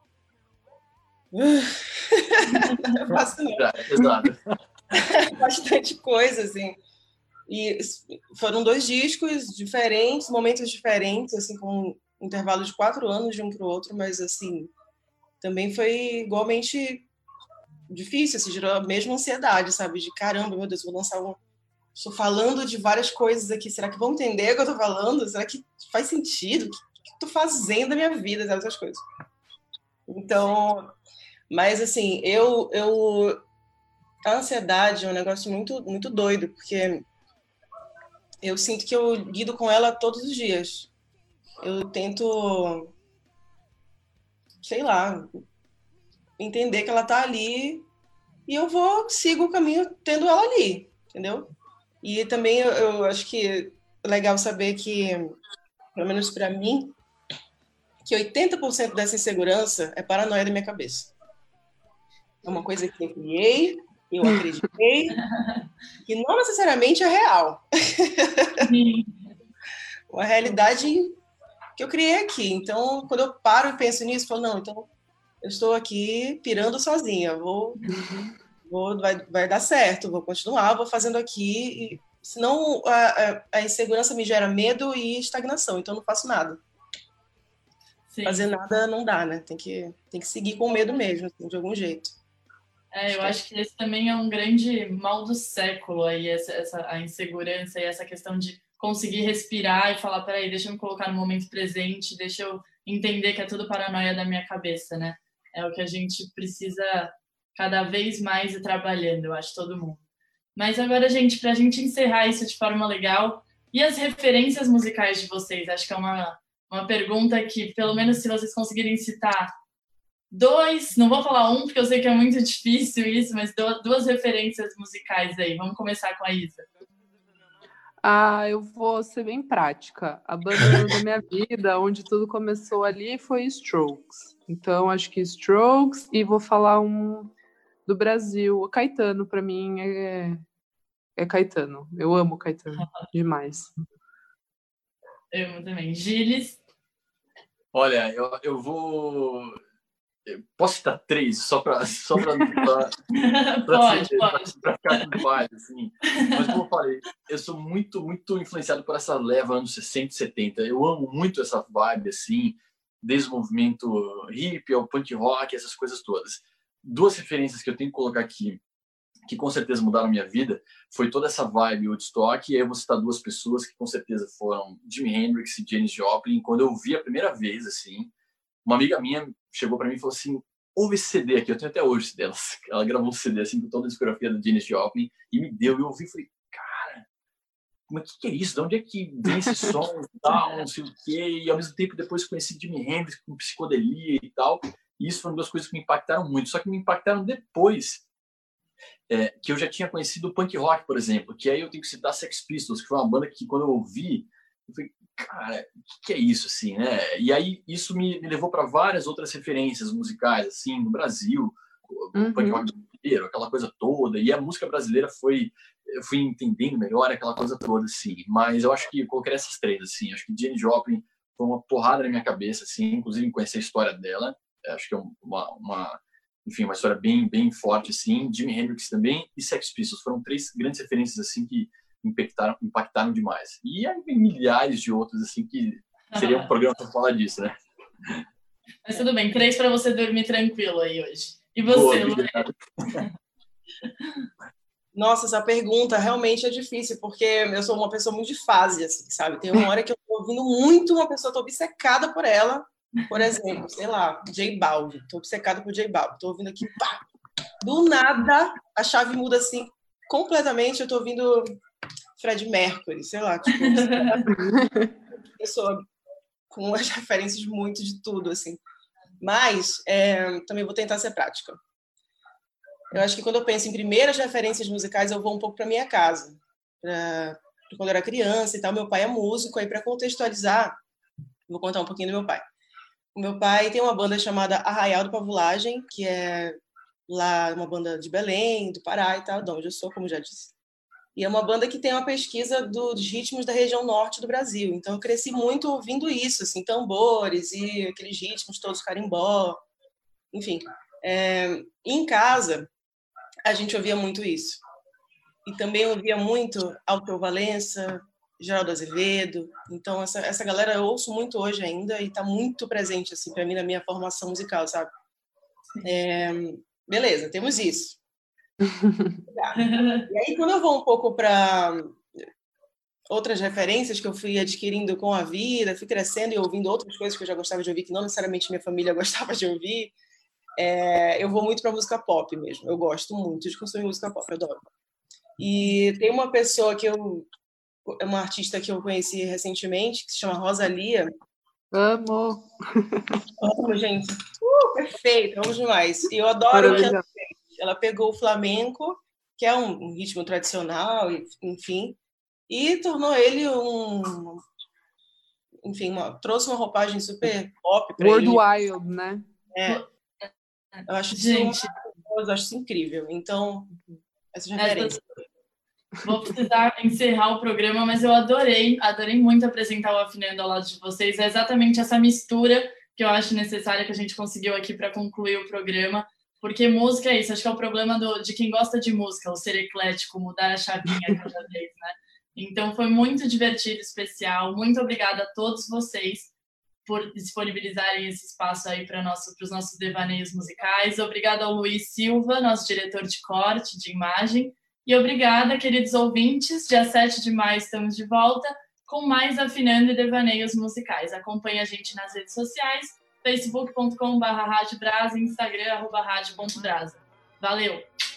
eu faço não. Exato. Bastante coisa, assim. E foram 2 discos diferentes, momentos diferentes, assim, com um intervalo de 4 anos de um para o outro, mas assim, também foi igualmente difícil, assim, gerou a mesma ansiedade, sabe? De caramba, meu Deus, vou lançar um. Estou falando de várias coisas aqui. Será que vão entender o que eu estou falando? Será que faz sentido? O que eu estou fazendo na minha vida? Sabe? Essas coisas. Então, mas assim, a ansiedade é um negócio muito, muito doido, porque eu sinto que eu lido com ela todos os dias. Eu tento, sei lá, entender que ela está ali e eu sigo o caminho tendo ela ali, entendeu? E também eu acho que é legal saber que, pelo menos para mim, que 80% dessa insegurança é paranoia da minha cabeça. É uma coisa que eu criei, eu acreditei, que não necessariamente é real. Sim. Uma realidade que eu criei aqui. Então, quando eu paro e penso nisso, eu falo, não, então eu estou aqui pirando sozinha, vai dar certo, vou continuar, vou fazendo aqui, senão a insegurança me gera medo e estagnação, então eu não faço nada. Sim. Fazer nada não dá, né? Tem que seguir com medo mesmo, assim, de algum jeito. Eu acho que esse também é um grande mal do século aí, a insegurança e essa questão de conseguir respirar e falar, peraí, deixa eu me colocar no momento presente, deixa eu entender que é tudo paranoia da minha cabeça, né? É o que a gente precisa cada vez mais ir trabalhando, eu acho, todo mundo. Mas agora, gente, pra gente encerrar isso de forma legal, e as referências musicais de vocês? Acho que é uma pergunta que, pelo menos se vocês conseguirem citar 2, não vou falar um, porque eu sei que é muito difícil isso, mas 2 referências musicais aí. Vamos começar com a Isa. Eu vou ser bem prática. A banda da minha vida, onde tudo começou ali, foi Strokes. Então, acho que Strokes, e vou falar um do Brasil. O Caetano, para mim, é Caetano. Eu amo Caetano demais. Eu amo também. Gilles? Olha, eu vou Posso citar 3, só para Pode. ficar com paz, assim. Mas como eu falei, eu sou muito, muito influenciado por essa leva anos 60 e 70. Eu amo muito essa vibe, assim, desde o movimento hippie ao punk rock, essas coisas todas. 2 referências que eu tenho que colocar aqui, que com certeza mudaram a minha vida, foi toda essa vibe Woodstock, e aí eu vou citar 2 pessoas que com certeza foram Jimi Hendrix e Janis Joplin. Quando eu vi a primeira vez, assim, uma amiga minha chegou para mim e falou assim, ouve esse CD aqui, eu tenho até hoje dela. Ela gravou um CD assim com toda a discografia da Janis Joplin e me deu, e eu ouvi e falei, cara, mas que é isso? De onde é que vem esse som e tal, não sei o quê? E ao mesmo tempo depois conheci Jimi Hendrix com psicodelia e tal, e isso foram 2 coisas que me impactaram muito, só que me impactaram depois que eu já tinha conhecido o punk rock, por exemplo, que aí eu tenho que citar Sex Pistols, que foi uma banda que quando eu ouvi, eu falei, cara, o que é isso, assim, né? E aí isso me levou para várias outras referências musicais, assim, no Brasil, o punk rock brasileiro, aquela coisa toda, e a música brasileira eu fui entendendo melhor aquela coisa toda, assim, mas eu acho que eu coloquei essas 3, assim, acho que Janis Joplin foi uma porrada na minha cabeça, assim, inclusive em conhecer a história dela, acho que é enfim, uma história bem, bem forte, assim. Jimi Hendrix também e Sex Pistols foram 3 grandes referências, assim, que impactaram demais. E aí vem milhares de outros, assim, que seria um programa para falar disso, né? Mas tudo bem, 3 para você dormir tranquilo aí hoje. E você, Lu? Nossa, essa pergunta realmente é difícil, porque eu sou uma pessoa muito de fase, assim, sabe? Tem uma hora que eu tô ouvindo muito uma pessoa, tô obcecada por ela. Por exemplo, sei lá, J Balvin. Tô obcecada por J Balvin. Tô ouvindo aqui, pá! Do nada, a chave muda assim, completamente. Eu tô ouvindo Fred Mercury, sei lá, tipo, pessoa com as referências muito de tudo, assim. Mas, também vou tentar ser prática. Eu acho que quando eu penso em primeiras referências musicais, eu vou um pouco para minha casa. Quando eu era criança e tal, meu pai é músico, aí para contextualizar, vou contar um pouquinho do meu pai. O meu pai tem uma banda chamada Arraial do Pavulagem, que é lá uma banda de Belém, do Pará e tal, de onde eu sou, como já disse. E é uma banda que tem uma pesquisa dos ritmos da região norte do Brasil. Então eu cresci muito ouvindo isso, assim, tambores e aqueles ritmos todos, carimbó, enfim. Em casa, a gente ouvia muito isso. E também ouvia muito Alceu Valença, Geraldo Azevedo. Então essa galera eu ouço muito hoje ainda e está muito presente assim para mim na minha formação musical, sabe? Beleza, temos isso. E aí quando eu vou um pouco para outras referências que eu fui adquirindo com a vida, fui crescendo e ouvindo outras coisas que eu já gostava de ouvir que não necessariamente minha família gostava de ouvir, eu vou muito para música pop mesmo. Eu gosto muito de consumir música pop, eu adoro. E tem uma pessoa é uma artista que eu conheci recentemente, que se chama Rosalía. Amo! Amo, gente. Perfeito, amo demais. E eu adoro que ela pegou o flamenco, que é um ritmo tradicional, enfim, e tornou ele enfim, trouxe uma roupagem super pop para ele. World Wild, né? Eu acho isso eu acho isso incrível. Então, essa referência. Vou precisar encerrar o programa, mas eu adorei muito apresentar o Afinando ao lado de vocês. É exatamente essa mistura que eu acho necessária que a gente conseguiu aqui para concluir o programa, porque música é isso, acho que é o problema de quem gosta de música, o ser eclético, mudar a chavinha cada vez, né? Então foi muito divertido, especial. Muito obrigada a todos vocês por disponibilizarem esse espaço aí para os nossos devaneios musicais. Obrigada ao Luiz Silva, nosso diretor de corte, de imagem. E obrigada, queridos ouvintes. Dia 7 de maio estamos de volta com mais Afinando e Devaneios Musicais. Acompanhe a gente nas redes sociais, facebook.com/radiobrasa, Instagram @radio.brasa. Valeu!